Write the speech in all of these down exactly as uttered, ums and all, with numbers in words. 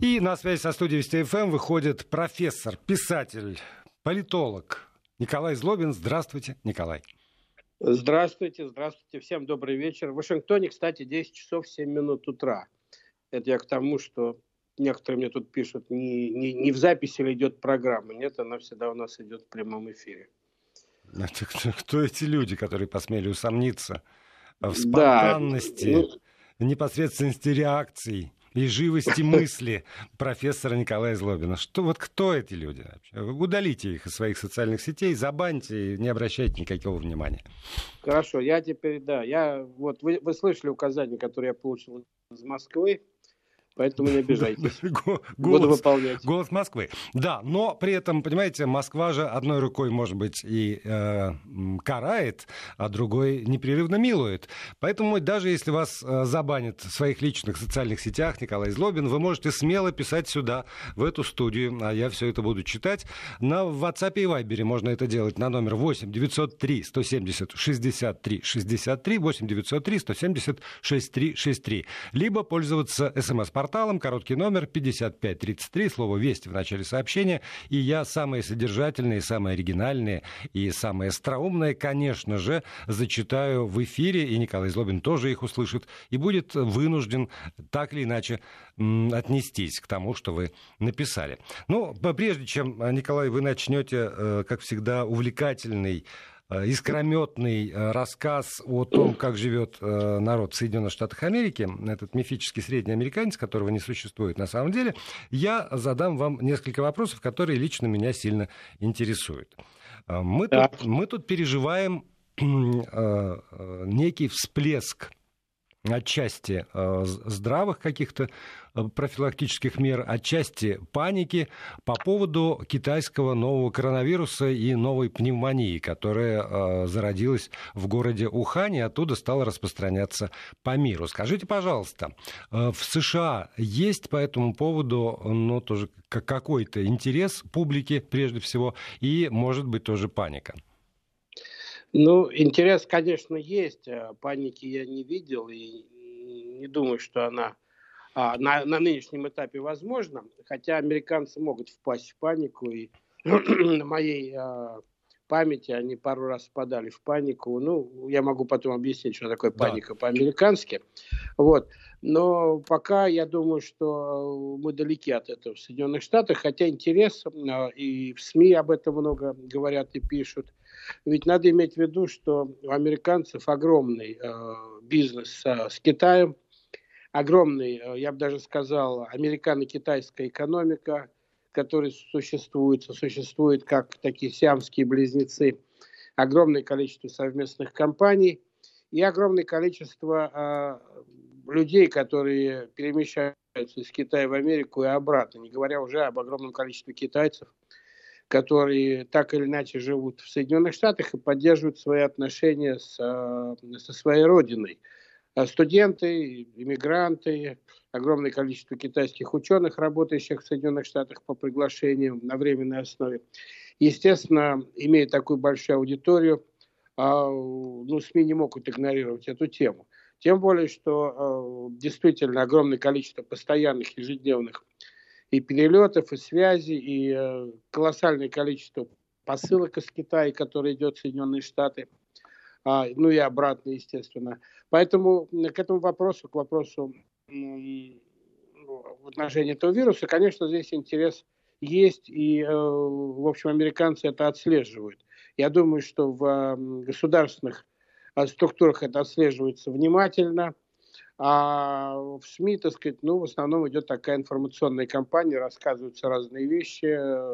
И на связи со студией Вести эф эм выходит профессор, писатель, политолог Николай Злобин. Здравствуйте, Николай. Здравствуйте, здравствуйте. Всем добрый вечер. В Вашингтоне, кстати, десять часов семь минут утра. Это я к тому, что некоторые мне тут пишут, не, не, не в записи ли идет программа. Нет, она всегда у нас идет в прямом эфире. Это кто, кто эти люди, которые посмели усомниться в спонтанности, да, ну... в непосредственности реакций и живости мысли профессора Николая Злобина? Что, вот кто эти люди вообще? Удалите их из своих социальных сетей, забаньте и не обращайте никакого внимания. Хорошо, я теперь, да, я, вот вы, вы слышали указания, которые я получил из Москвы. Поэтому не обижайтесь. Буду выполнять. Голос Москвы. Да, но при этом, понимаете, Москва же одной рукой, может быть, и э, карает, а другой непрерывно милует. Поэтому даже если вас э, забанят в своих личных социальных сетях Николай Злобин, вы можете смело писать сюда, в эту студию, а я все это буду читать. На WhatsApp и Viber можно это делать на номер восемь девятьсот три сто семьдесят шестьдесят три шестьдесят три, восемь девятьсот три сто семьдесят шестьдесят три шестьдесят три. Либо пользоваться смс-порталом. Порталом, короткий номер пятьдесят пять тридцать три, слово «Вести» в начале сообщения. И я самые содержательные, самые оригинальные и самые остроумные, конечно же, зачитаю в эфире, и Николай Злобин тоже их услышит, и будет вынужден так или иначе м, отнестись к тому, что вы написали. Ну, прежде чем, Николай, вы начнете, э, как всегда, увлекательный, искрометный рассказ о том, как живет народ в Соединенных Штатах Америки, этот мифический средний американец, которого не существует на самом деле, я задам вам несколько вопросов, которые лично меня сильно интересуют. Мы, да. тут, мы тут переживаем некий всплеск отчасти здравых каких-то профилактических мер, отчасти паники по поводу китайского нового коронавируса и новой пневмонии, которая зародилась в городе Ухане и оттуда стала распространяться по миру. Скажите, пожалуйста, в США есть по этому поводу, ну, тоже какой-то интерес публики прежде всего и, может быть, тоже паника? Ну, интерес, конечно, есть. Паники я не видел и не думаю, что она а, на, на нынешнем этапе возможна. Хотя американцы могут впасть в панику. И на моей а, памяти они пару раз впадали в панику. Ну, я могу потом объяснить, что такое паника, да, по-американски. Вот. Но пока я думаю, что мы далеки от этого в Соединенных Штатах. Хотя интерес, а, и в СМИ об этом много говорят и пишут. Ведь надо иметь в виду, что у американцев огромный э, бизнес э, с Китаем, огромный, э, я бы даже сказал, американо-китайская экономика, которая существует, существует как такие сиамские близнецы, огромное количество совместных компаний и огромное количество э, людей, которые перемещаются из Китая в Америку и обратно, не говоря уже об огромном количестве китайцев, которые так или иначе живут в Соединенных Штатах и поддерживают свои отношения с, со своей родиной. Студенты, иммигранты, огромное количество китайских ученых, работающих в Соединенных Штатах по приглашению на временной основе. Естественно, имея такую большую аудиторию, ну, СМИ не могут игнорировать эту тему. Тем более, что действительно огромное количество постоянных ежедневных и перелетов, и связей, и э, колоссальное количество посылок из Китая, которые идет в Соединенные Штаты, а, ну и обратно, естественно. Поэтому к этому вопросу, к вопросу м, в отношении этого вируса, конечно, здесь интерес есть, и, э, в общем, американцы это отслеживают. Я думаю, что в э, государственных э, структурах это отслеживается внимательно. А в СМИ, так сказать, ну, в основном идет такая информационная кампания, рассказываются разные вещи.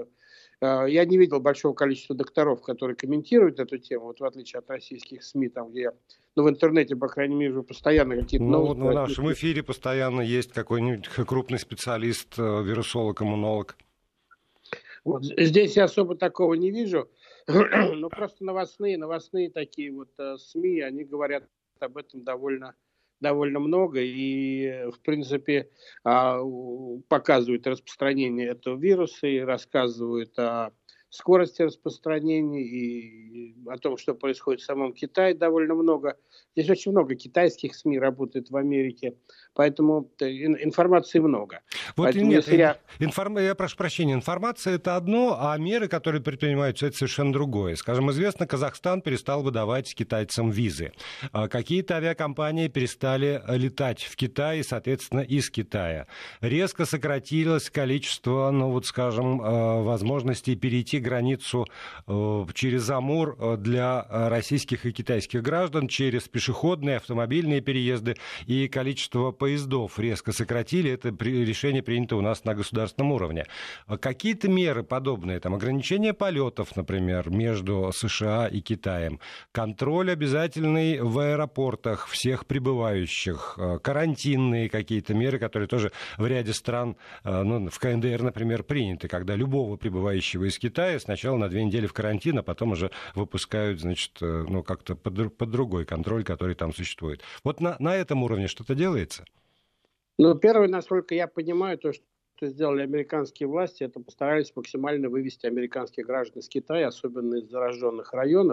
Я не видел большого количества докторов, которые комментируют эту тему, вот в отличие от российских СМИ, там, где, ну, в интернете, по крайней мере, постоянно какие-то ну, новости. Ну, в нашем эфире постоянно есть какой-нибудь крупный специалист, вирусолог, иммунолог. Вот здесь я особо такого не вижу, но просто новостные, новостные такие вот СМИ, они говорят об этом довольно довольно много и, в принципе, показывают распространение этого вируса и рассказывают о скорости распространения и и о том, что происходит в самом Китае, довольно много. Здесь очень много китайских СМИ работает в Америке, поэтому информации много. Вот поэтому, нет, если я... Информ... я прошу прощения, информация — это одно, а меры, которые предпринимаются, это совершенно другое. Скажем, известно, Казахстан перестал выдавать китайцам визы. Какие-то авиакомпании перестали летать в Китай и, соответственно, из Китая. Резко сократилось количество, ну вот, скажем, возможностей перейти границу через Амур для российских и китайских граждан, через пешеходные, автомобильные переезды, и количество поездов резко сократили. Это решение принято у нас на государственном уровне. Какие-то меры подобные, там, ограничение полетов, например, между США и Китаем, контроль обязательный в аэропортах всех прибывающих, карантинные какие-то меры, которые тоже в ряде стран, ну, в КНДР, например, приняты, когда любого прибывающего из Китая сначала на две недели в карантин, а потом уже выпускают, значит, ну, как-то под, под другой контроль, который там существует. Вот на, на этом уровне что-то делается? Ну, первое, насколько я понимаю, то, что сделали американские власти, это постарались максимально вывести американских граждан из Китая, особенно из зараженных районов.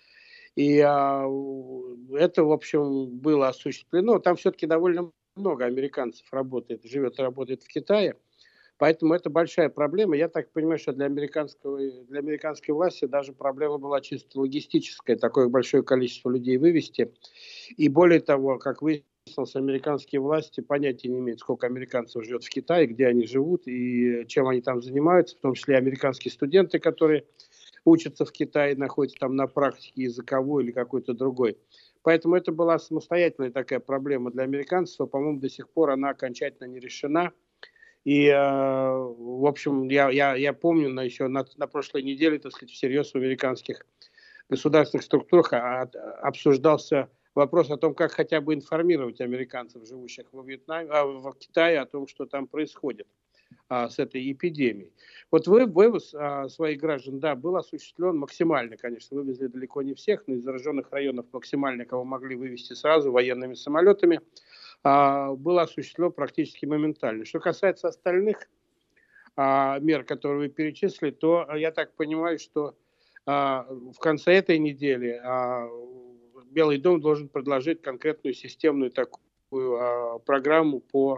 И а, это, в общем, было осуществлено. Там все-таки довольно много американцев работает, живет и работает в Китае. Поэтому это большая проблема. Я так понимаю, что для, американского, для американской власти даже проблема была чисто логистическая, такое большое количество людей вывести. И более того, как выяснилось, американские власти понятия не имеют, сколько американцев живет в Китае, где они живут и чем они там занимаются, в том числе американские студенты, которые учатся в Китае, находятся там на практике языковой или какой-то другой. Поэтому это была самостоятельная такая проблема для американцев, а, по-моему, до сих пор она окончательно не решена. И, э, в общем, я, я, я помню на, еще на, на прошлой неделе, так сказать, всерьез в американских государственных структурах а, обсуждался вопрос о том, как хотя бы информировать американцев, живущих во Вьетнаме, а, в Китае, о том, что там происходит а, с этой эпидемией. Вот вы, вывоз а, своих граждан, да, был осуществлен максимально, конечно, вывезли далеко не всех, но из зараженных районов максимально, кого могли вывезти сразу военными самолетами, было осуществлено практически моментально. Что касается остальных а, мер, которые вы перечислили, то я так понимаю, что а, в конце этой недели а, Белый дом должен предложить конкретную системную такую а, программу по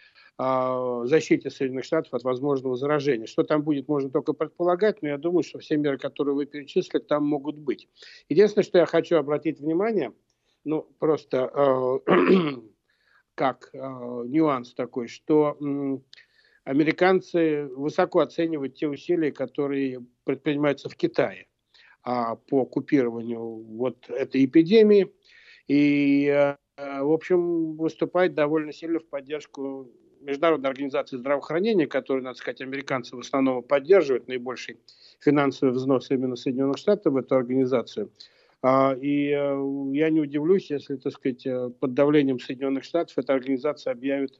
а, защите Соединенных Штатов от возможного заражения. Что там будет, можно только предполагать, но я думаю, что все меры, которые вы перечислили, там могут быть. Единственное, что я хочу обратить внимание, ну, просто... А, как э, нюанс такой, что э, американцы высоко оценивают те усилия, которые предпринимаются в Китае э, по купированию вот этой эпидемии. И, э, в общем, выступает довольно сильно в поддержку Международной организации здравоохранения, которую, надо сказать, американцы в основном поддерживают, наибольший финансовый взнос именно Соединенных Штатов в эту организацию. И я не удивлюсь, если, так сказать, под давлением Соединенных Штатов эта организация объявит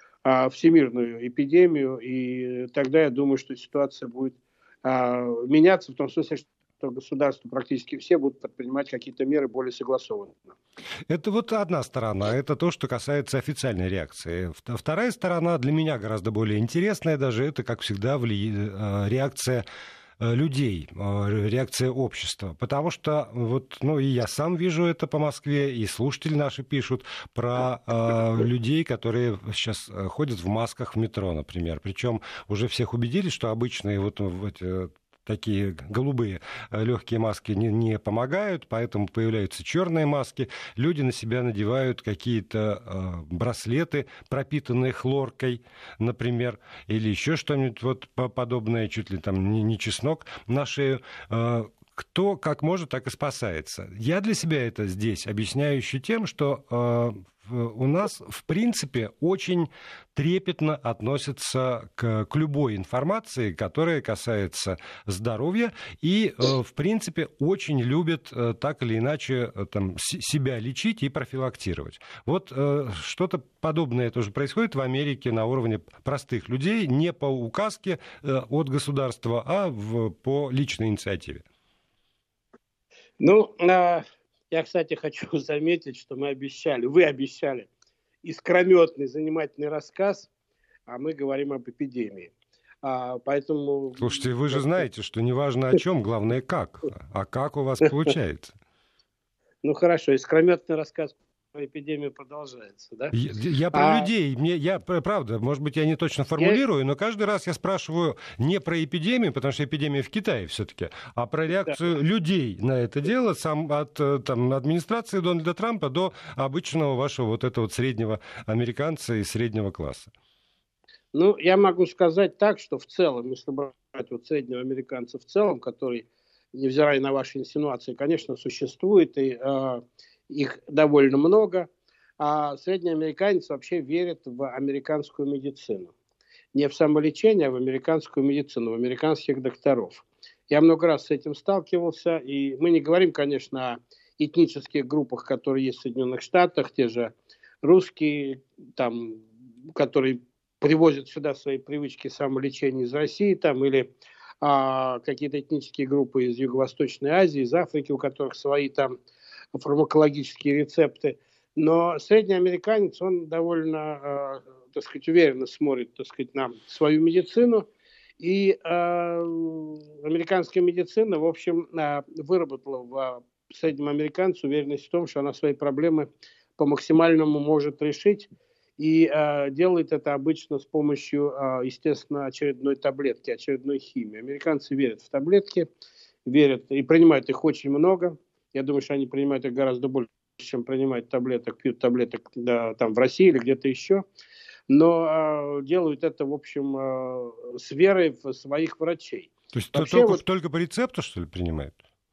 всемирную эпидемию, и тогда я думаю, что ситуация будет меняться в том смысле, что государства практически все будут предпринимать какие-то меры более согласованно. Это вот одна сторона, это то, что касается официальной реакции. Вторая сторона, для меня гораздо более интересная даже, это, как всегда, вли... реакция людей, реакция общества. Потому что, вот, ну, и я сам вижу это по Москве, и слушатели наши пишут про э, людей, которые сейчас ходят в масках в метро, например. Причем уже всех убедились, что обычные вот эти... такие голубые легкие маски не, не помогают, поэтому появляются черные маски. Люди на себя надевают какие-то э, браслеты, пропитанные хлоркой, например, или еще что-нибудь вот подобное, чуть ли там не, не чеснок на шею. Э, кто как может, так и спасается. Я для себя это здесь объясняю еще тем, что э, у нас, в принципе, очень трепетно относятся к, к любой информации, которая касается здоровья, и, в принципе, очень любят так или иначе там, себя лечить и профилактировать. Вот что-то подобное тоже происходит в Америке на уровне простых людей, не по указке от государства, а в, по личной инициативе. Ну, я, кстати, хочу заметить, что мы обещали, вы обещали искрометный, занимательный рассказ, а мы говорим об эпидемии. А, поэтому... Слушайте, вы же знаете, что не важно о чем, главное как. А как у вас получается? Ну хорошо, искрометный рассказ про эпидемию продолжается, да? Я, я про А, людей, мне, я, правда, может быть, я не точно я... формулирую, но каждый раз я спрашиваю не про эпидемию, потому что эпидемия в Китае все-таки, а про Да. реакцию людей на это дело, сам от там, администрации Дональда Трампа до обычного вашего вот этого вот среднего американца и среднего класса. Ну, я могу сказать так, что в целом, если брать вот среднего американца в целом, который, невзирая на ваши инсинуации, конечно, существует, и э, их довольно много, а средний американец вообще верит в американскую медицину. Не в самолечение, а в американскую медицину, в американских докторов. Я много раз с этим сталкивался, и мы не говорим, конечно, о этнических группах, которые есть в Соединенных Штатах, те же русские, там, которые привозят сюда свои привычки самолечения из России, там, или а, какие-то этнические группы из Юго-Восточной Азии, из Африки, у которых свои там фармакологические рецепты. Но средний американец, он довольно, э, так сказать, уверенно смотрит, так сказать, на свою медицину. И э, американская медицина, в общем, э, выработала в среднем американце уверенность в том, что она свои проблемы по максимальному может решить. И э, делает это обычно с помощью, э, естественно, очередной таблетки, очередной химии. Американцы верят в таблетки, верят и принимают их очень много. Я думаю, что они принимают их гораздо больше, чем принимают таблеток, пьют таблеток да, там, в России или где-то еще. Но э, делают это, в общем, э, с верой в своих врачей. То есть Вообще, только, вот, только по рецепту, что ли, принимают?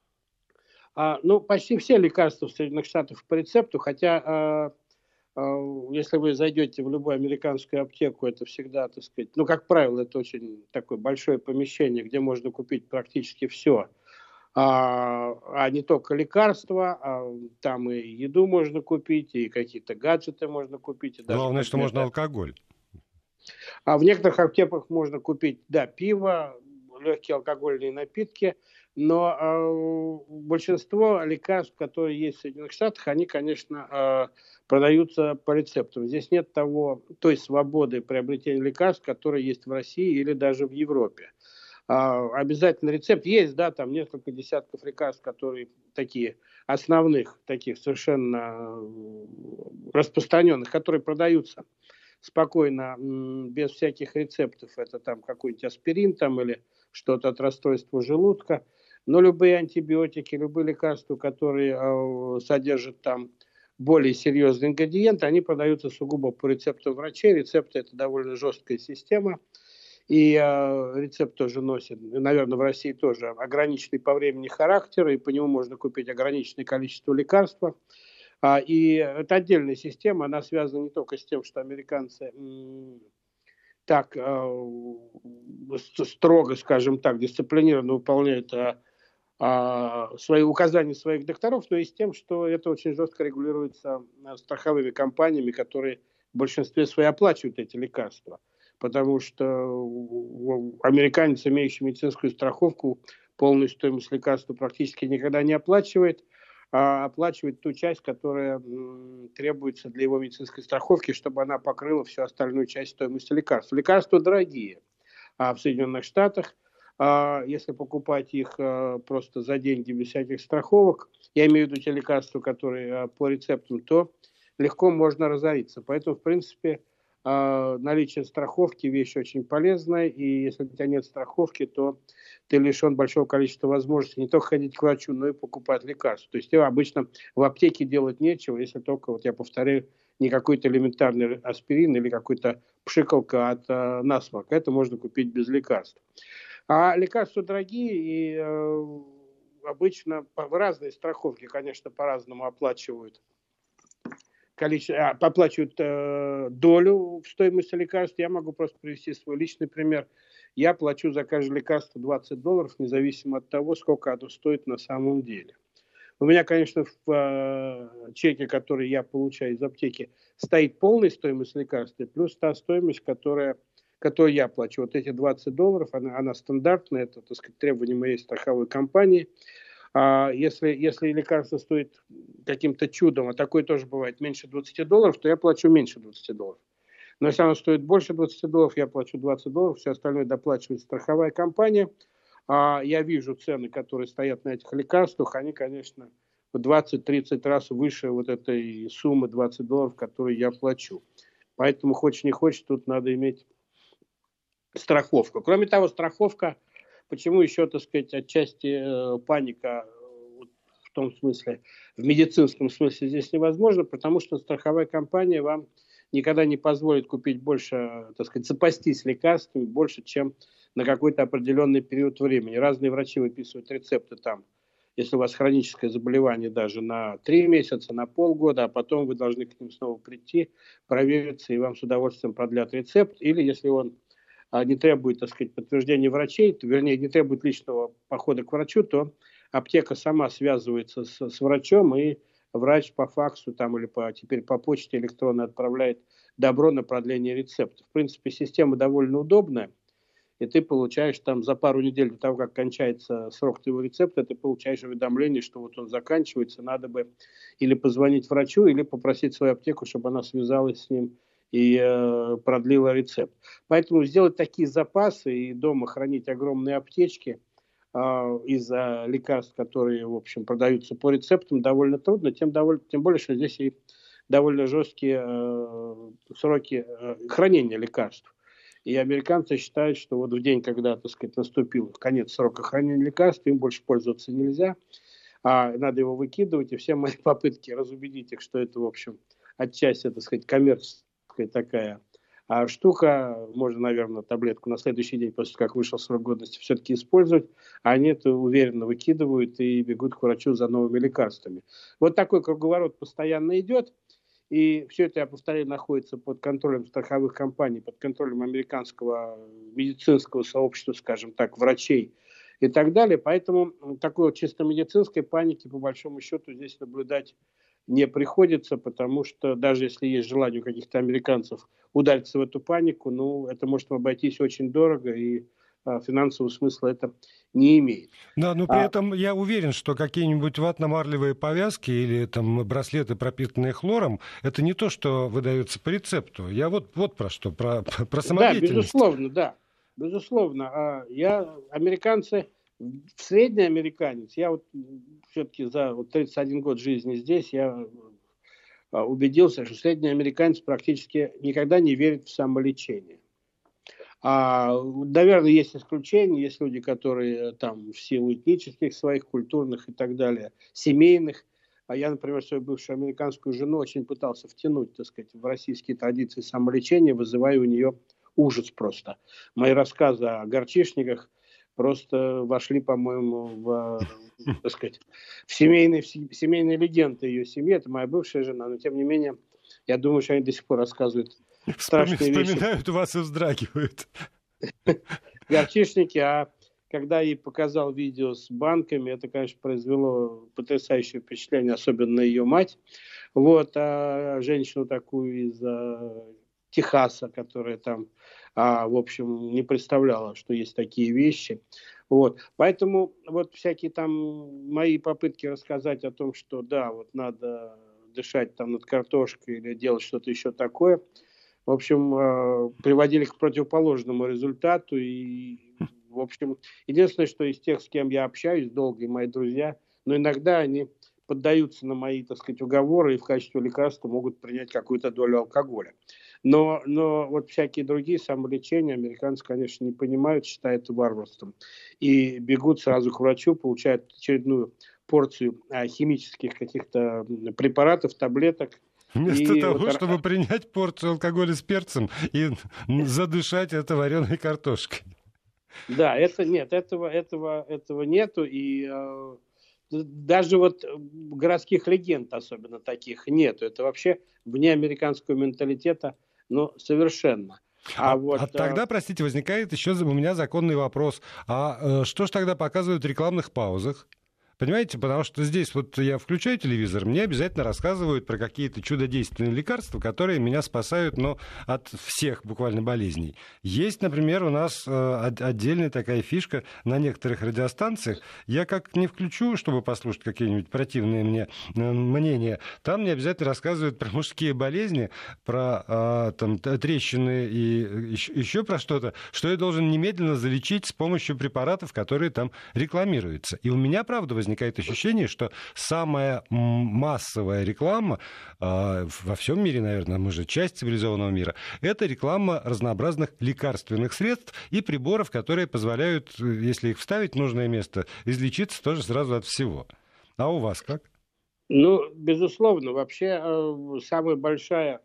э, ну, почти все лекарства в Соединенных Штатах по рецепту, хотя... Э, если вы зайдете в любую американскую аптеку, это всегда, так сказать, ну, как правило, это очень такое большое помещение, где можно купить практически все, а, а не только лекарства, а там и еду можно купить, и какие-то гаджеты можно купить. И даже Главное, что можно предметы. алкоголь. А в некоторых аптеках можно купить, да, пиво, легкие алкогольные напитки, но э, большинство лекарств, которые есть в Соединенных Штатах, они, конечно, э, продаются по рецепту. Здесь нет того, той свободы приобретения лекарств, которая есть в России или даже в Европе. Э, обязательно рецепт есть, да, там несколько десятков лекарств, которые такие основных, таких совершенно распространенных, которые продаются спокойно, без всяких рецептов. Это там какой-нибудь аспирин там, или что-то от расстройства желудка. Но любые антибиотики, любые лекарства, которые э, содержат там более серьезные ингредиенты, они продаются сугубо по рецепту врачей. Рецепты – это довольно жесткая система. И э, рецепт тоже носит, наверное, в России тоже ограниченный по времени характер, и по нему можно купить ограниченное количество лекарства. И это отдельная система, она связана не только с тем, что американцы так строго, скажем так, дисциплинированно выполняют свои указания своих докторов, но и с тем, что это очень жестко регулируется страховыми компаниями, которые в большинстве своем оплачивают эти лекарства. Потому что американец, имеющий медицинскую страховку, полную стоимость лекарства практически никогда не оплачивает, а оплачивает ту часть, которая м, требуется для его медицинской страховки, чтобы она покрыла всю остальную часть стоимости лекарств. Лекарства дорогие а в Соединенных Штатах. А если покупать их а, просто за деньги без всяких страховок, я имею в виду те лекарства, которые а, по рецептам, то легко можно разориться. Поэтому, в принципе, а, наличие страховки – вещь очень полезная, и если у тебя нет страховки, то ты лишен большого количества возможностей не только ходить к врачу, но и покупать лекарства. То есть тебе обычно в аптеке делать нечего, если только, вот я повторяю, не какой-то элементарный аспирин или какой-то пшикалка от э, насморка. Это можно купить без лекарств. А лекарства дорогие, и э, обычно в разные страховки, конечно, по-разному оплачивают. Количество, а, оплачивают э, долю в стоимости лекарств. Я могу просто привести свой личный пример. Я плачу за каждое лекарство двадцать долларов, независимо от того, сколько оно стоит на самом деле. У меня, конечно, в э, чеке, который я получаю из аптеки, стоит полная стоимость лекарства, плюс та стоимость, которая, которую я плачу. Вот эти двадцать долларов, она, она стандартная, это, так сказать, требование моей страховой компании. А если, если лекарство стоит каким-то чудом, а такое тоже бывает, меньше двадцати долларов, то я плачу меньше двадцати долларов. Но если оно стоит больше двадцати долларов, я плачу двадцать долларов, все остальное доплачивает страховая компания. А я вижу цены, которые стоят на этих лекарствах, они, конечно, в двадцать-тридцать раз выше вот этой суммы двадцать долларов, которую я плачу. Поэтому, хочешь не хочешь, тут надо иметь страховку. Кроме того, страховка, почему еще, так сказать, отчасти э, паника э, в том смысле, в медицинском смысле здесь невозможно, потому что страховая компания вам никогда не позволит купить больше, так сказать, запастись лекарствами больше, чем на какой-то определенный период времени. Разные врачи выписывают рецепты там, если у вас хроническое заболевание, даже на три месяца, на полгода, а потом вы должны к ним снова прийти, провериться, и вам с удовольствием продлят рецепт. Или если он а, не требует, так сказать, подтверждения врачей, то, вернее, не требует личного похода к врачу, то аптека сама связывается с, с врачом, и врач по факсу там, или по, теперь по почте электронно отправляет добро на продление рецепта. В принципе, система довольно удобная. И ты получаешь там за пару недель до того, как кончается срок твоего рецепта, ты получаешь уведомление, что вот он заканчивается, надо бы или позвонить врачу, или попросить свою аптеку, чтобы она связалась с ним и э, продлила рецепт. Поэтому сделать такие запасы и дома хранить огромные аптечки э, из-за лекарств, которые, в общем, продаются по рецептам, довольно трудно, тем, довольно, тем более, что здесь и довольно жесткие э, сроки э, хранения лекарств. И американцы считают, что вот в день, когда, так сказать, наступил конец срока хранения лекарств, им больше пользоваться нельзя, а надо его выкидывать. И все мои попытки разубедить их, что это, в общем, отчасти, так сказать, коммерческая такая а штука, можно, наверное, таблетку на следующий день, после того, как вышел срок годности, все-таки использовать, а они это уверенно выкидывают и бегут к врачу за новыми лекарствами. Вот такой круговорот постоянно идет. И все это, я повторяю, находится под контролем страховых компаний, под контролем американского медицинского сообщества, скажем так, врачей и так далее. Поэтому такой вот чисто медицинской паники, по большому счету, здесь наблюдать не приходится, потому что даже если есть желание у каких-то американцев удариться в эту панику, ну, это может обойтись очень дорого, и а, финансового смысла это не имеет. Да, но при а, этом я уверен, что какие-нибудь ватно-марлевые повязки или там браслеты, пропитанные хлором, это не то, что выдается по рецепту. Я вот, вот про что, про, про самодеятельность. Да, безусловно, да. Безусловно. А я, американцы, средний американец, я вот все-таки за вот тридцать один год жизни здесь, я убедился, что средний американец практически никогда не верит в самолечение. А, наверное, есть исключения, есть люди, которые там в силу этнических своих, культурных и так далее, семейных. А я, например, свою бывшую американскую жену очень пытался втянуть, так сказать, в российские традиции самолечения, вызывая у нее ужас просто. Мои рассказы о горчишниках просто вошли, по-моему, в, так сказать, в семейные, в семейные легенды ее семьи. Это моя бывшая жена, но тем не менее, я думаю, что они до сих пор рассказывают страшные вещи. Вспоминают вас и вздрагивают. Горчишники, а когда ей показал видео с банками, это, конечно, произвело потрясающее впечатление, особенно на ее мать. Вот, а женщину такую из а, Техаса, которая там, а, в общем, не представляла, что есть такие вещи. Вот, поэтому вот всякие там мои попытки рассказать о том, что да, вот надо дышать там над картошкой или делать что-то еще такое, в общем, приводили к противоположному результату. И, в общем, единственное, что из тех, с кем я общаюсь долго, и мои друзья, но иногда они поддаются на мои, так сказать, уговоры и в качестве лекарства могут принять какую-то долю алкоголя. Но, но вот всякие другие самолечения американцы, конечно, не понимают, считают это варварством. И бегут сразу к врачу, получают очередную порцию а, химических каких-то препаратов, таблеток. Вместо и того, вот... чтобы принять порцию алкоголя с перцем и задышать это вареной картошкой. Да, это нет, этого, этого, этого нету. И э, даже вот городских легенд особенно таких нету. Это вообще вне американского менталитета, ну, совершенно. А, а, вот, а тогда, простите, возникает еще у меня законный вопрос. А э, что ж тогда показывают в рекламных паузах? Понимаете, потому что здесь вот я включаю телевизор, мне обязательно рассказывают про какие-то чудодейственные лекарства, которые меня спасают, но от всех буквально болезней. Есть, например, у нас э, отдельная такая фишка на некоторых радиостанциях. Я как не включу, чтобы послушать какие-нибудь противные мне э, мнения, там мне обязательно рассказывают про мужские болезни, про э, там, трещины и еще, еще про что-то, что я должен немедленно залечить с помощью препаратов, которые там рекламируются. И у меня, правда, возникает ощущение, что самая массовая реклама э, во всем мире, наверное, мы же часть цивилизованного мира, это реклама разнообразных лекарственных средств и приборов, которые позволяют, если их вставить в нужное место, излечиться тоже сразу от всего. А у вас как? Ну, безусловно, вообще э, самая большая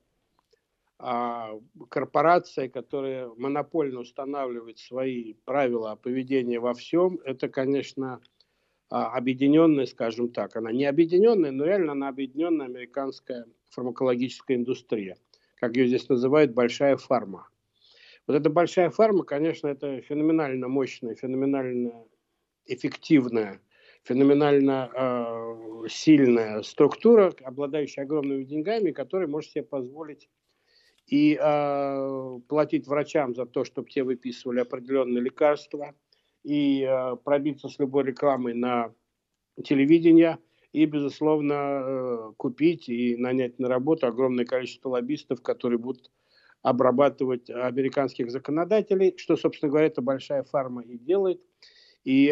э, корпорация, которая монопольно устанавливает свои правила поведения во всем, это, конечно, объединенная, скажем так, она не объединенная, но реально она объединенная американская фармакологическая индустрия, как ее здесь называют, большая фарма. Вот эта большая фарма, конечно, это феноменально мощная, феноменально эффективная, феноменально э, сильная структура, обладающая огромными деньгами, которая может себе позволить и э, платить врачам за то, чтобы те выписывали определенные лекарства, и э, пробиться с любой рекламой на телевидение, и, безусловно, э, купить и нанять на работу огромное количество лоббистов, которые будут обрабатывать американских законодателей, что, собственно говоря, эта большая фарма и делает. И э,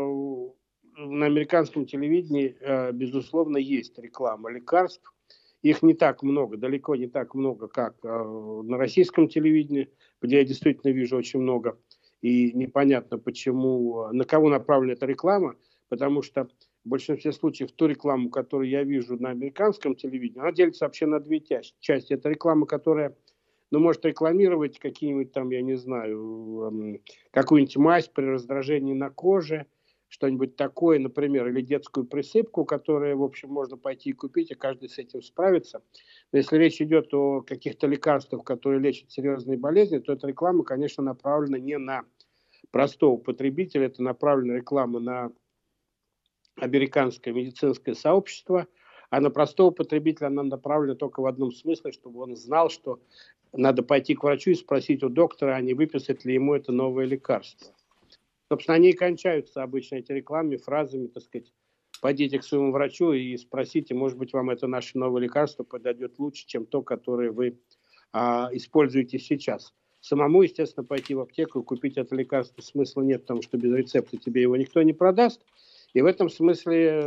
на американском телевидении, э, безусловно, есть реклама лекарств. Их не так много, далеко не так много, как э, на российском телевидении, где я действительно вижу очень много. И непонятно, почему, на кого направлена эта реклама, потому что в большинстве случаев ту рекламу, которую я вижу на американском телевидении, она делится вообще на две части. Это реклама, которая, ну, может рекламировать какие-нибудь там, я не знаю, какую-нибудь мазь при раздражении на коже, что-нибудь такое, например, или детскую присыпку, которую, в общем, можно пойти и купить, и каждый с этим справится. Но если речь идет о каких-то лекарствах, которые лечат серьезные болезни, то эта реклама, конечно, направлена не на простого потребителя, это направлена реклама на американское медицинское сообщество, а на простого потребителя она направлена только в одном смысле, чтобы он знал, что надо пойти к врачу и спросить у доктора, а не выписать ли ему это новое лекарство. Собственно, они и кончаются обычно, эти рекламами, фразами, так сказать, пойдите к своему врачу и спросите, может быть, вам это наше новое лекарство подойдет лучше, чем то, которое вы а, используете сейчас. Самому, естественно, пойти в аптеку и купить это лекарство смысла нет, потому что без рецепта тебе его никто не продаст. И в этом смысле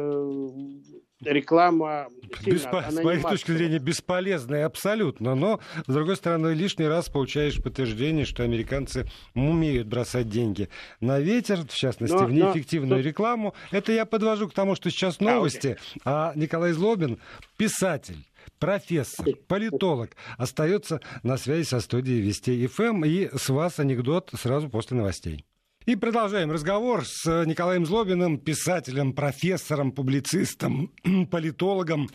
реклама сильно, Беспо... С моей точки зрения, бесполезная абсолютно. Но, с другой стороны, лишний раз получаешь подтверждение, что американцы умеют бросать деньги на ветер, в частности, но, в неэффективную но... рекламу. Это я подвожу к тому, что сейчас новости, а, а Николай Злобин, писатель, профессор, политолог, остается на связи со студией Вести эф эм. И с вас анекдот сразу после новостей. И продолжаем разговор с Николаем Злобиным, писателем, профессором, публицистом, политологом.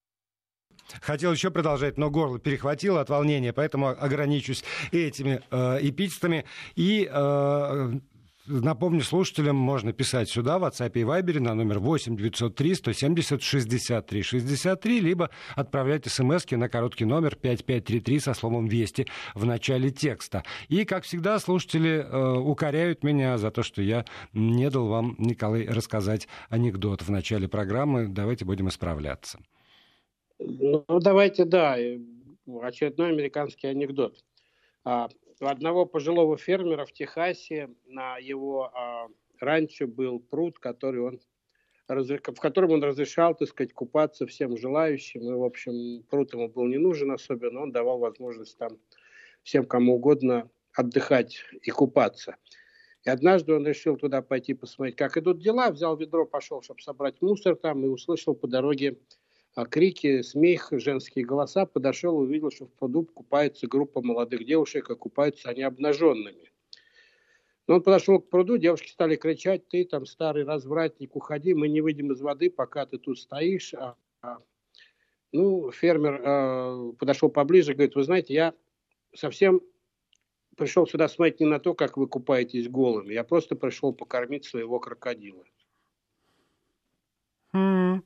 Хотел еще продолжать, но горло перехватило от волнения, поэтому ограничусь этими э, эпитетами. И э, напомню слушателям, можно писать сюда, в WhatsApp и Viber на номер восемь девятьсот три сто семьдесят шестьдесят три шестьдесят три, либо отправлять смски на короткий номер пять пять три три со словом «Вести» в начале текста. И, как всегда, слушатели э, укоряют меня за то, что я не дал вам, Николай, рассказать анекдот в начале программы. Давайте будем исправляться. Ну, давайте, да. Очередной американский анекдот. У одного пожилого фермера в Техасе на его а, ранчо был пруд, который он, в котором он разрешал, так сказать, купаться всем желающим. И, в общем, пруд ему был не нужен особенно, он давал возможность там всем, кому угодно, отдыхать и купаться. И однажды он решил туда пойти посмотреть, как идут дела, взял ведро, пошел, чтобы собрать мусор там, и услышал по дороге крики, смех, женские голоса, подошел и увидел, что в пруду купается группа молодых девушек, и купаются они обнаженными. Но он подошел к пруду, девушки стали кричать: ты там старый развратник, уходи, мы не выйдем из воды, пока ты тут стоишь. А, а. Ну, фермер а, подошел поближе, говорит: вы знаете, я совсем пришел сюда смотреть не на то, как вы купаетесь голыми, я просто пришел покормить своего крокодила. М,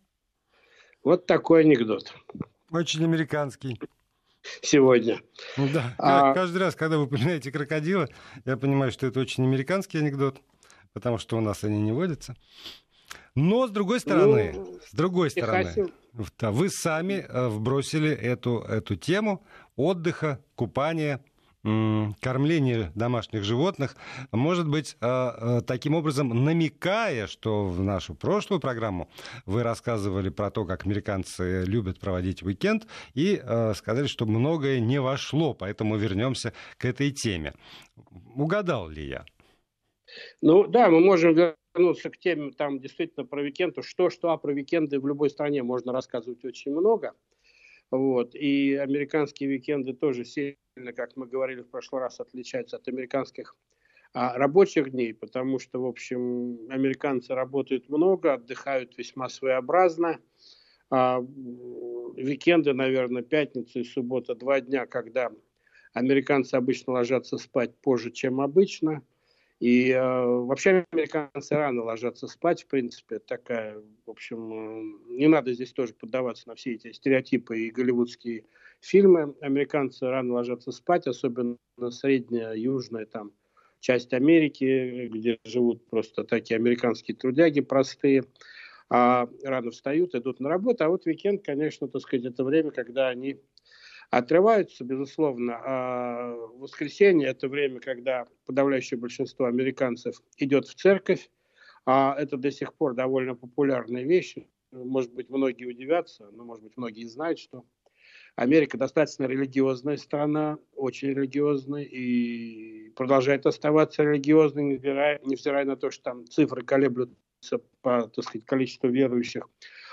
Вот такой анекдот Очень американский. сегодня. Да, ка- А, каждый раз, когда вы упоминаете крокодила, я понимаю, что это очень американский анекдот, потому что у нас они не водятся. Но, с другой стороны, ну, с другой в стороны, Техасе, в- да, вы сами э, вбросили эту, эту тему отдыха, купания, м, кормления домашних животных, может быть, э, э, таким образом намекая, что в нашу прошлую программу вы рассказывали про то, как американцы любят проводить уикенд, и э, сказали, что многое не вошло, поэтому вернемся к этой теме. Угадал ли я? ну да, мы можем вернуться к теме там действительно про уикенд. Что, что, а про уикенды в любой стране можно рассказывать очень много. Вот. И американские уикенды тоже сильно, как мы говорили в прошлый раз, отличаются от американских а, рабочих дней, потому что, в общем, американцы работают много, отдыхают весьма своеобразно. А, уикенды, наверное, пятница и суббота, два дня, когда американцы обычно ложатся спать позже, чем обычно. И э, вообще американцы рано ложатся спать, в принципе, такая, в общем, э, не надо здесь тоже поддаваться на все эти стереотипы и голливудские фильмы. Американцы рано ложатся спать, особенно средняя, южная там часть Америки, где живут просто такие американские трудяги простые, а рано встают, идут на работу. А вот уикенд, конечно, так сказать, это время, когда они отрываются, безусловно. А воскресенье – это время, когда подавляющее большинство американцев идет в церковь. А это до сих пор довольно популярная вещь. Может быть, многие удивятся, но, может быть, многие знают, что Америка достаточно религиозная страна, очень религиозная, и продолжает оставаться религиозной, невзирая, невзирая на то, что там цифры колеблются по, так сказать, количеству верующих.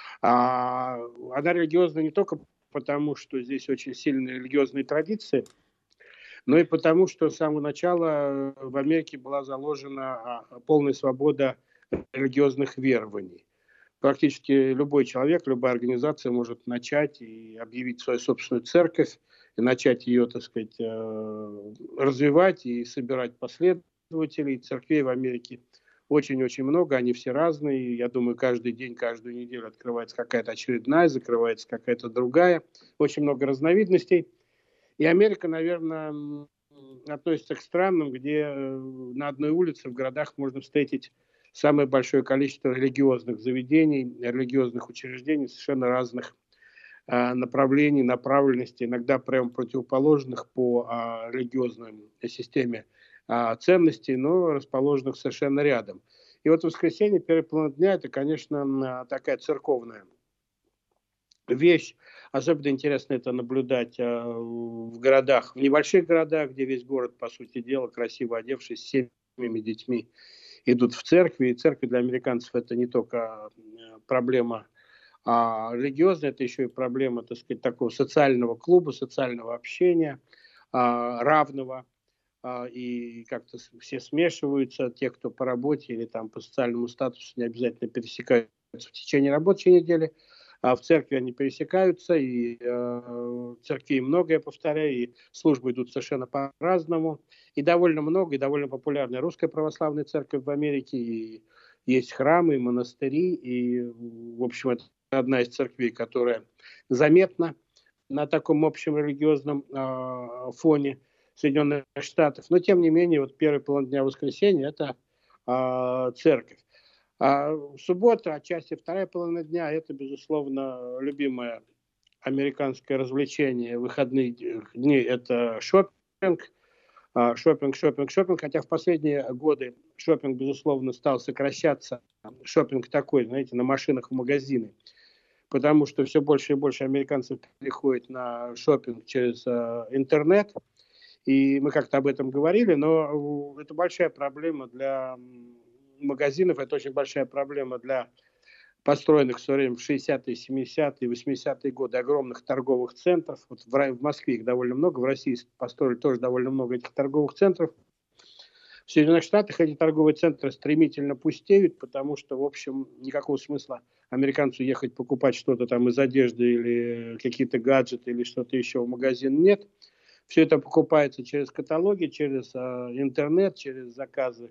А, она религиозна не только потому, что здесь очень сильные религиозные традиции, но и потому, что с самого начала в Америке была заложена полная свобода религиозных верований. Практически любой человек, любая организация может начать и объявить свою собственную церковь, и начать ее, так сказать, развивать и собирать последователей. Церквей в Америке очень-очень много, они все разные. Я думаю, каждый день, каждую неделю открывается какая-то очередная, закрывается какая-то другая. Очень много разновидностей. И Америка, наверное, относится к странам, где на одной улице в городах можно встретить самое большое количество религиозных заведений, религиозных учреждений совершенно разных а, направлений, направленностей, иногда прямо противоположных по а, религиозной системе а, ценностей, но расположенных совершенно рядом. И вот воскресенье, первый половина дня, это, конечно, такая церковная вещь. Особенно интересно это наблюдать а, в городах, в небольших городах, где весь город, по сути дела, красиво одевшись, с семьями, детьми, идут в церкви. И церковь для американцев это не только проблема а религиозная, это еще и проблема, так сказать, такого социального клуба, социального общения, а, равного. А, и как-то все смешиваются, те, кто по работе или там по социальному статусу не обязательно пересекаются в течение рабочей недели. А в церкви они пересекаются, и э, церквей много, я повторяю, и службы идут совершенно по-разному. И довольно много, и довольно популярная русская православная церковь в Америке, и есть храмы, и монастыри, и, в общем, это одна из церквей, которая заметна на таком общем религиозном э, фоне Соединенных Штатов. Но, тем не менее, вот первый половина дня воскресенья – это э, церковь. А суббота, отчасти вторая половина дня – это, безусловно, любимое американское развлечение выходных дней – это шопинг. Шопинг, шопинг, шопинг. Хотя в последние годы шопинг, безусловно, стал сокращаться. Шопинг такой, знаете, на машинах в магазины. Потому что все больше и больше американцев приходят на шопинг через э, интернет. И мы как-то об этом говорили, но это большая проблема для магазинов, это очень большая проблема для построенных в свое время в шестидесятые, семидесятые, восьмидесятые годы огромных торговых центров. Вот в, в Москве их довольно много, в России построили тоже довольно много этих торговых центров. В Соединенных Штатах эти торговые центры стремительно пустеют, потому что, в общем, никакого смысла американцу ехать покупать что-то там из одежды или какие-то гаджеты или что-то еще в магазин нет. Все это покупается через каталоги, через э, интернет, через заказы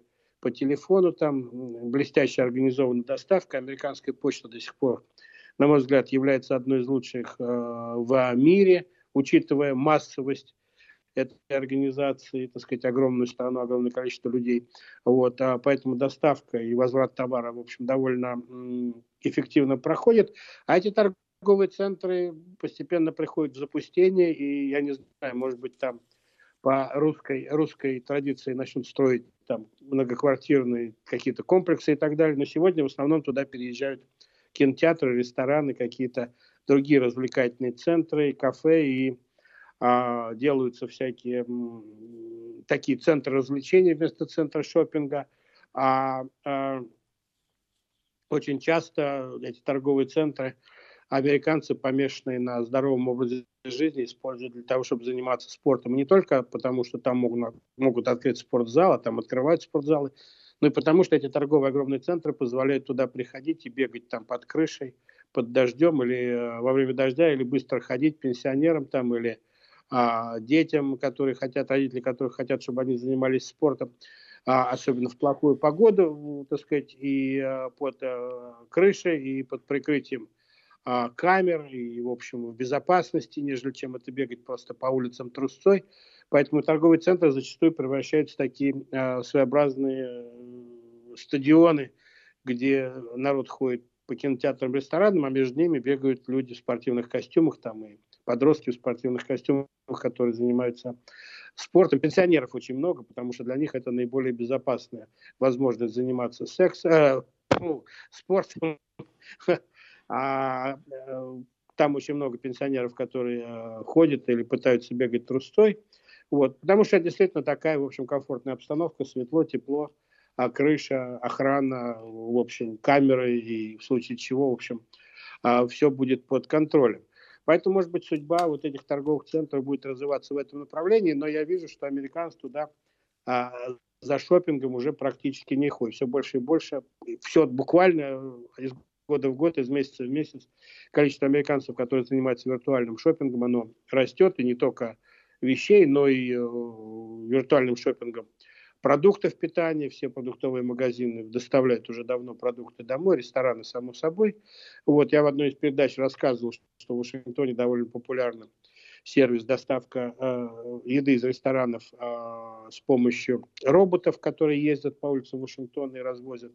по телефону, там блестяще организована доставка. Американская почта до сих пор, на мой взгляд, является одной из лучших э, в мире, учитывая массовость этой организации, так сказать, огромную страну, огромное количество людей. Вот, а поэтому доставка и возврат товара, в общем, довольно м, эффективно проходит. А эти торговые центры постепенно приходят в запустение, и я не знаю, может быть, там по русской, русской традиции начнут строить там многоквартирные какие-то комплексы и так далее. Но сегодня в основном туда переезжают кинотеатры, рестораны, какие-то другие развлекательные центры, кафе, и а, делаются всякие м, такие центры развлечений вместо центра шопинга. А, а очень часто эти торговые центры американцы, помешанные на здоровом образе жизни, используют для того, чтобы заниматься спортом. Не только потому, что там могут, могут открыть спортзал, а там открывают спортзалы, но и потому, что эти торговые огромные центры позволяют туда приходить и бегать там под крышей, под дождем или во время дождя, или быстро ходить пенсионерам там, или а, детям, которые хотят, родители, которые хотят, чтобы они занимались спортом, а, особенно в плохую погоду, так сказать, и а, под а, крышей, и под прикрытием а, камер, и, в общем, в безопасности, нежели чем это бегать просто по улицам трусцой. Поэтому торговые центры зачастую превращаются в такие а, своеобразные а, стадионы, где народ ходит по кинотеатрам, ресторанам, а между ними бегают люди в спортивных костюмах, там и подростки в спортивных костюмах, которые занимаются спортом. Пенсионеров очень много, потому что для них это наиболее безопасная возможность заниматься сексом, э, ну, спортом. А э, там очень много пенсионеров, которые э, ходят или пытаются бегать трусцой. Вот, потому что это действительно такая, в общем, комфортная обстановка, светло, тепло, а крыша, охрана, в общем, камеры, и в случае чего, в общем, э, все будет под контролем. Поэтому, может быть, судьба вот этих торговых центров будет развиваться в этом направлении, но я вижу, что американцы туда а, за шопингом уже практически не ходят. Все больше и больше, все буквально из года в год, из месяца в месяц количество американцев, которые занимаются виртуальным шопингом, оно растет, и не только вещей, но и э, виртуальным шопингом продуктов питания. Все продуктовые магазины доставляют уже давно продукты домой, рестораны, само собой. Вот, я в одной из передач рассказывал, что в Вашингтоне довольно популярный сервис доставка э, еды из ресторанов э, с помощью роботов, которые ездят по улицам Вашингтона и развозят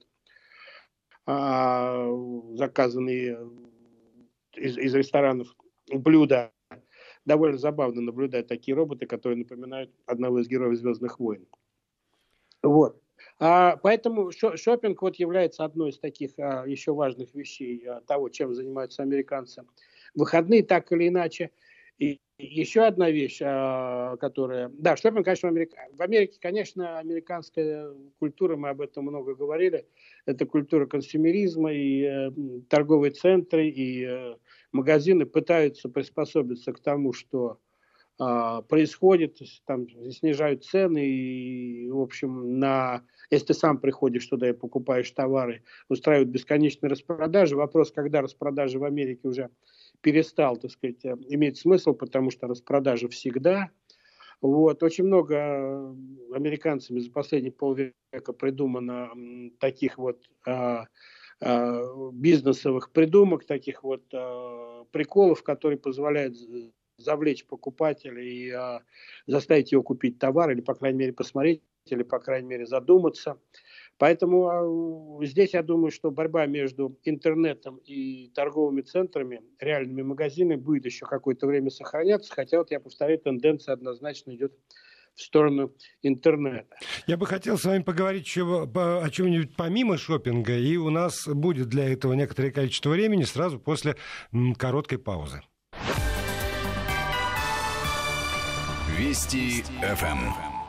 э, заказанные из, из ресторанов блюда. Довольно забавно наблюдать такие роботы, которые напоминают одного из героев «Звездных войн». Вот. А, поэтому шопинг вот является одной из таких а, еще важных вещей а, того, чем занимаются американцы в выходные, так или иначе. И еще одна вещь, а, которая... Да, шопинг, конечно, в Америке. В Америке, конечно, американская культура, мы об этом много говорили, это культура консюмеризма, и э, торговые центры, и э, магазины пытаются приспособиться к тому, что происходит, там снижают цены, и, в общем, на... если ты сам приходишь туда и покупаешь товары, устраивают бесконечные распродажи. Вопрос, когда распродажи в Америке уже перестал, так сказать, иметь смысл, потому что распродажи всегда. Вот. Очень много американцами за последние полвека придумано таких вот а, а, бизнесовых придумок, таких вот а, приколов, которые позволяют завлечь покупателя и а, заставить его купить товар, или, по крайней мере, посмотреть, или, по крайней мере, задуматься. Поэтому а, здесь, я думаю, что борьба между интернетом и торговыми центрами, реальными магазинами, будет еще какое-то время сохраняться, хотя, вот я повторяю, тенденция однозначно идет в сторону интернета. Я бы хотел с вами поговорить еще о чем-нибудь помимо шопинга, и у нас будет для этого некоторое количество времени сразу после м, короткой паузы. Вести эф эм.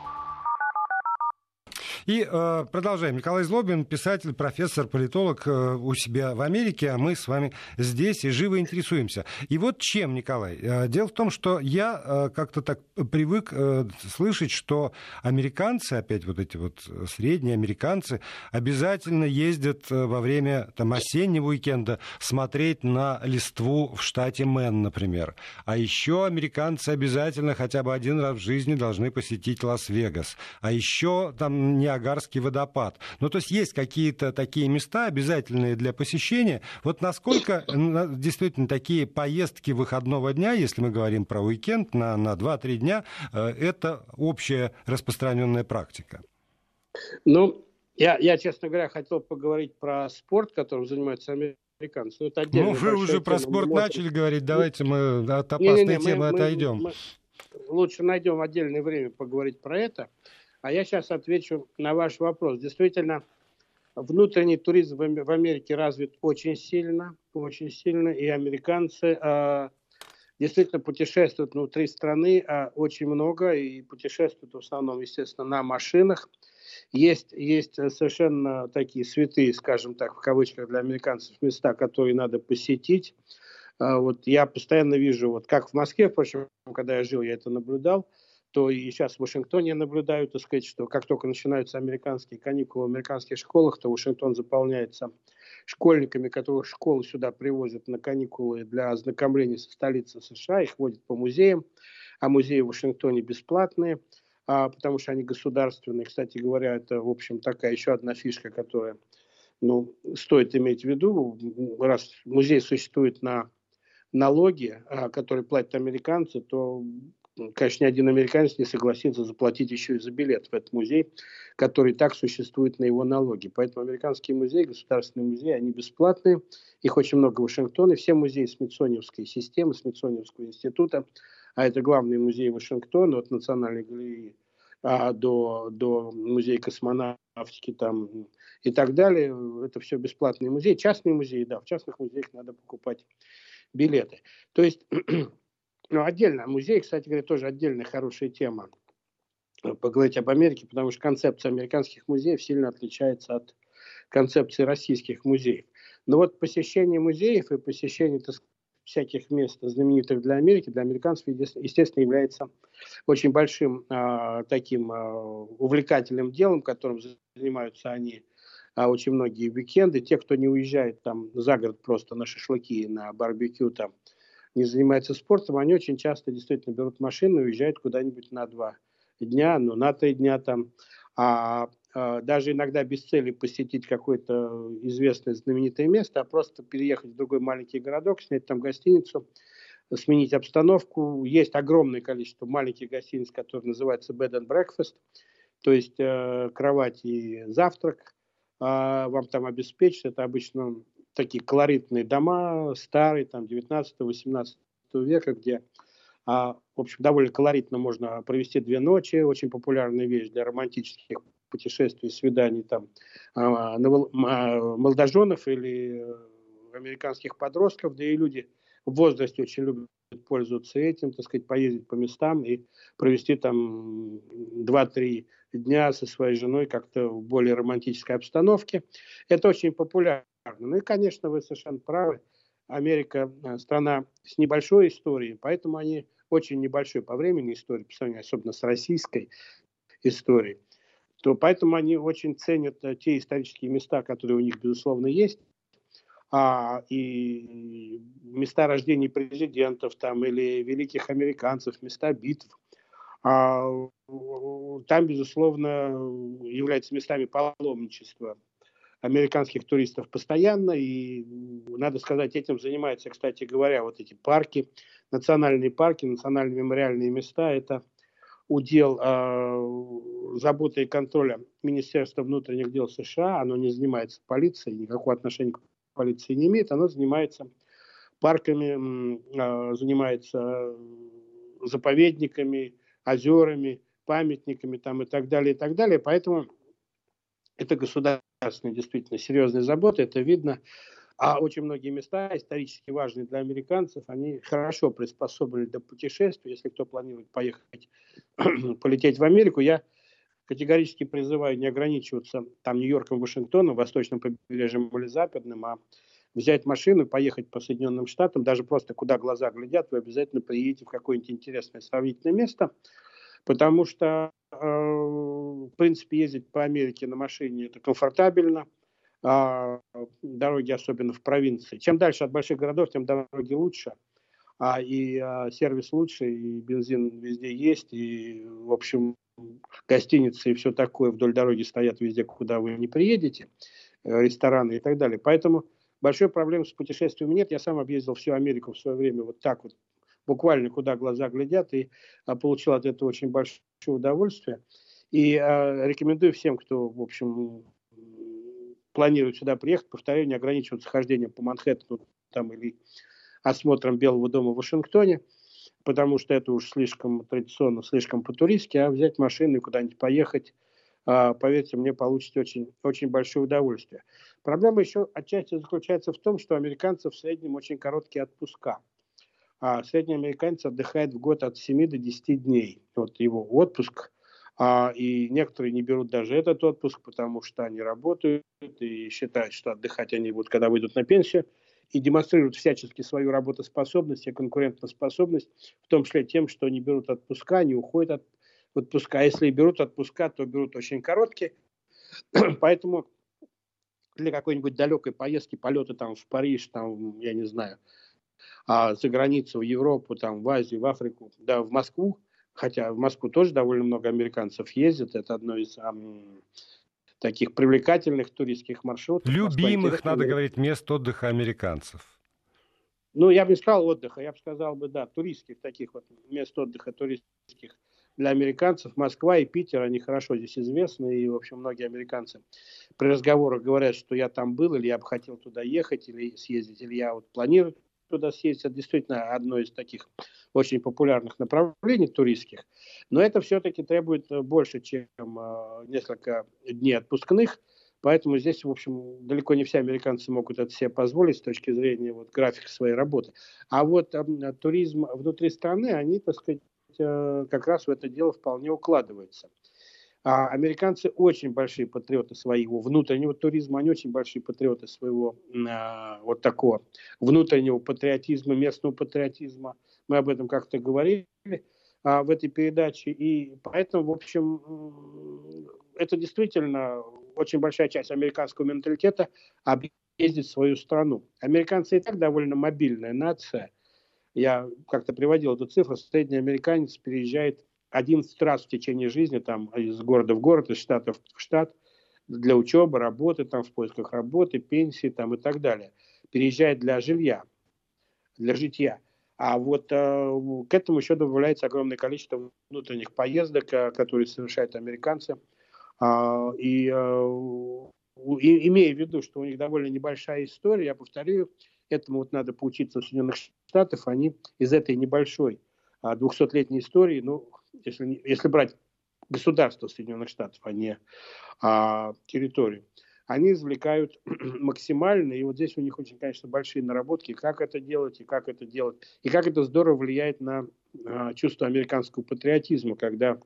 И э, продолжаем. Николай Злобин, писатель, профессор, политолог э, у себя в Америке, а мы с вами здесь и живо интересуемся. И вот чем, Николай? Э, дело в том, что я э, как-то так привык э, слышать, что американцы, опять вот эти вот средние американцы, обязательно ездят э, во время там, осеннего уикенда смотреть на листву в штате Мэн, например. А еще американцы обязательно хотя бы один раз в жизни должны посетить Лас-Вегас. А еще там Ниагара Ниагарский водопад. Ну, то есть есть какие-то такие места, обязательные для посещения. Вот насколько действительно такие поездки выходного дня, если мы говорим про уикенд, на, на два-три дня, это общая распространенная практика? Ну, я, я, честно говоря, хотел поговорить про спорт, которым занимаются американцы. Ну, это ну вы уже тема. про спорт можем... начали говорить, давайте мы от опасной не, не, не, темы мы, отойдем. Мы, мы лучше найдем отдельное время поговорить про это. А я сейчас отвечу на ваш вопрос. Действительно, внутренний туризм в Америке развит очень сильно, очень сильно, и американцы э, действительно путешествуют внутри страны э, очень много, и путешествуют в основном, естественно, на машинах. Есть, есть совершенно такие святые, скажем так, в кавычках для американцев, места, которые надо посетить. Э, вот я постоянно вижу, вот как в Москве, впрочем, когда я жил, я это наблюдал, то и сейчас в Вашингтоне я наблюдаю, так сказать, что как только начинаются американские каникулы в американских школах, то Вашингтон заполняется школьниками, которых школы сюда привозят на каникулы для ознакомления со столицей США, их водят по музеям, а музеи в Вашингтоне бесплатные, а, потому что они государственные. Кстати говоря, это, в общем, такая еще одна фишка, которая, ну, стоит иметь в виду, раз музей существует на налоги, а, которые платят американцы, то конечно, ни один американец не согласится заплатить еще и за билет в этот музей, который так существует на его налоги. Поэтому американские музеи, государственные музеи, они бесплатные. Их очень много в Вашингтоне. Все музеи Смитсониевской системы, Смитсониевского института, а это главный музей Вашингтона, от Национальной галереи а, до, до музея космонавтики там, и так далее. Это все бесплатные музеи. Частные музеи, да, в частных музеях надо покупать билеты. То есть... Ну, отдельно. Музей, кстати говоря, тоже отдельная хорошая тема. Поговорить об Америке, потому что концепция американских музеев сильно отличается от концепции российских музеев. Но вот посещение музеев и посещение, так сказать, всяких мест, знаменитых для Америки, для американцев, естественно, является очень большим а, таким а, увлекательным делом, которым занимаются они а, очень многие уикенды. Те, кто не уезжает там за город просто на шашлыки, на барбекю там, не занимаются спортом, они очень часто действительно берут машину и уезжают куда-нибудь на два дня, ну, на три дня там. А, а даже иногда без цели посетить какое-то известное знаменитое место, а просто переехать в другой маленький городок, снять там гостиницу, сменить обстановку. Есть огромное количество маленьких гостиниц, которые называются bed and breakfast, то есть э, кровать и завтрак э, вам там обеспечат. Это обычно такие колоритные дома, старые, там, девятнадцатого-восемнадцатого века, где, а, в общем, довольно колоритно можно провести две ночи. Очень популярная вещь для романтических путешествий, свиданий, там, а, молодоженов или американских подростков, да и люди в возрасте очень любят пользоваться этим, так сказать, поездить по местам и провести там два-три дня со своей женой как-то в более романтической обстановке. Это очень популярно. Ну и, конечно, вы совершенно правы. Америка страна с небольшой историей, поэтому они очень небольшой по времени истории, по сравнению особенно с российской историей. То поэтому они очень ценят те исторические места, которые у них, безусловно, есть. А, и места рождения президентов там, или великих американцев, места битв. А, там, безусловно, являются местами паломничества американских туристов постоянно, и, надо сказать, этим занимаются, кстати говоря, вот эти парки, национальные парки, национальные мемориальные места, это удел э, заботы и контроля Министерства внутренних дел США, оно не занимается полицией, никакого отношения к полиции не имеет, оно занимается парками, э, занимается заповедниками, озерами, памятниками там, и так далее, и так далее, поэтому это государственная действительно серьезная забота, это видно. А очень многие места, исторически важные для американцев, они хорошо приспособлены для путешествий. Если кто планирует поехать, полететь в Америку, я категорически призываю не ограничиваться там Нью-Йорком, Вашингтоном, восточным побережьем или западным, а взять машину, поехать по Соединенным Штатам, даже просто куда глаза глядят, вы обязательно приедете в какое-нибудь интересное сравнительное место, потому что, э, в принципе, ездить по Америке на машине это комфортабельно, а дороги, особенно в провинции. Чем дальше от больших городов, тем дороги лучше, а и а, сервис лучше, и бензин везде есть, и, в общем, гостиницы и все такое вдоль дороги стоят везде, куда вы не приедете, рестораны и так далее. Поэтому большой проблемы с путешествиями нет. Я сам объездил всю Америку в свое время вот так вот, буквально куда глаза глядят, и а, получил от этого очень большое удовольствие. И а, рекомендую всем, кто, в общем, планирует сюда приехать, повторяю, не ограничиваться хождением по Манхэттену там, или осмотром Белого дома в Вашингтоне, потому что это уж слишком традиционно, слишком по-туристски, а взять машину и куда-нибудь поехать, а, поверьте мне, получите очень, очень большое удовольствие. Проблема еще отчасти заключается в том, что американцы в среднем очень короткие отпуска. А средний американец отдыхает в год от семи до десяти дней. Вот его отпуск. А, и некоторые не берут даже этот отпуск, потому что они работают и считают, что отдыхать они будут, когда выйдут на пенсию, и демонстрируют всячески свою работоспособность и конкурентоспособность, в том числе тем, что не берут отпуска, не уходят от отпуска. А если и берут отпуска, то берут очень короткие. Поэтому для какой-нибудь далекой поездки, полета там в Париж, там, я не знаю, а за границу, в Европу, там, в Азию, в Африку, да, в Москву, хотя в Москву тоже довольно много американцев ездит, это одно из ам, таких привлекательных туристских маршрутов. Любимых, надо говорить, мест отдыха американцев. Ну, я бы не сказал отдыха, я бы сказал бы, да, туристских таких вот мест отдыха, туристских для американцев. Москва и Питер, они хорошо здесь известны, и, в общем, многие американцы при разговорах говорят, что я там был, или я бы хотел туда ехать, или съездить, или я вот планирую туда съездить. Это действительно одно из таких очень популярных направлений туристских. Но это все-таки требует больше, чем э, несколько дней отпускных. Поэтому здесь, в общем, далеко не все американцы могут это себе позволить с точки зрения вот, графика своей работы. А вот э, туризм внутри страны, они, так сказать, э, как раз в это дело вполне укладываются. А американцы очень большие патриоты своего внутреннего туризма, они очень большие патриоты своего э, вот такого внутреннего патриотизма, местного патриотизма. Мы об этом как-то говорили а, в этой передаче. И поэтому, в общем, это действительно очень большая часть американского менталитета объездить свою страну. Американцы и так довольно мобильная нация. Я как-то приводил эту цифру. Средний американец переезжает одиннадцать раз в течение жизни там, из города в город, из штата в штат для учебы, работы, там, в поисках работы, пенсии там, и так далее. Переезжает для жилья, для житья. А вот э, к этому еще добавляется огромное количество внутренних поездок, э, которые совершают американцы. Э, и, э, и имея в виду, что у них довольно небольшая история, я повторю, этому вот надо поучиться в Соединенных Штатах, они из этой небольшой двухсотлетней истории, ну, если, если брать государство Соединенных Штатов, а не а, территорию, они извлекают максимально, и вот здесь у них очень, конечно, большие наработки, как это делать и как это делать, и как это здорово влияет на а, чувство американского патриотизма, когда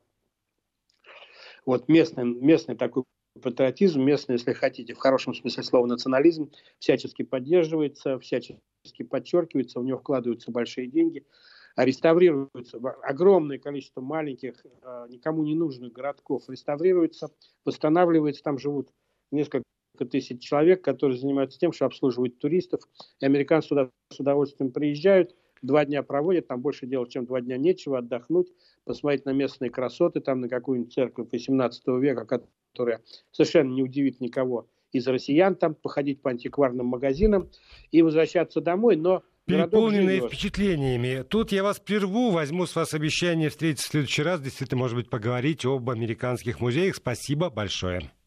вот местный, местный такой патриотизм, местный, если хотите, в хорошем смысле слова национализм, всячески поддерживается, всячески подчеркивается, в него вкладываются большие деньги, реставрируется огромное количество маленьких, никому не нужных городков, реставрируется, восстанавливается, там живут несколько тысяч человек, которые занимаются тем, что обслуживают туристов, и американцы туда с удовольствием приезжают, два дня проводят, там больше делать, чем два дня нечего, отдохнуть, посмотреть на местные красоты, там на какую-нибудь церковь восемнадцатого века, которая совершенно не удивит никого из россиян, там походить по антикварным магазинам и возвращаться домой, но переполненные впечатлениями. Тут я вас прерву, возьму с вас обещание встретиться в следующий раз, действительно, может быть, поговорить об американских музеях. Спасибо большое.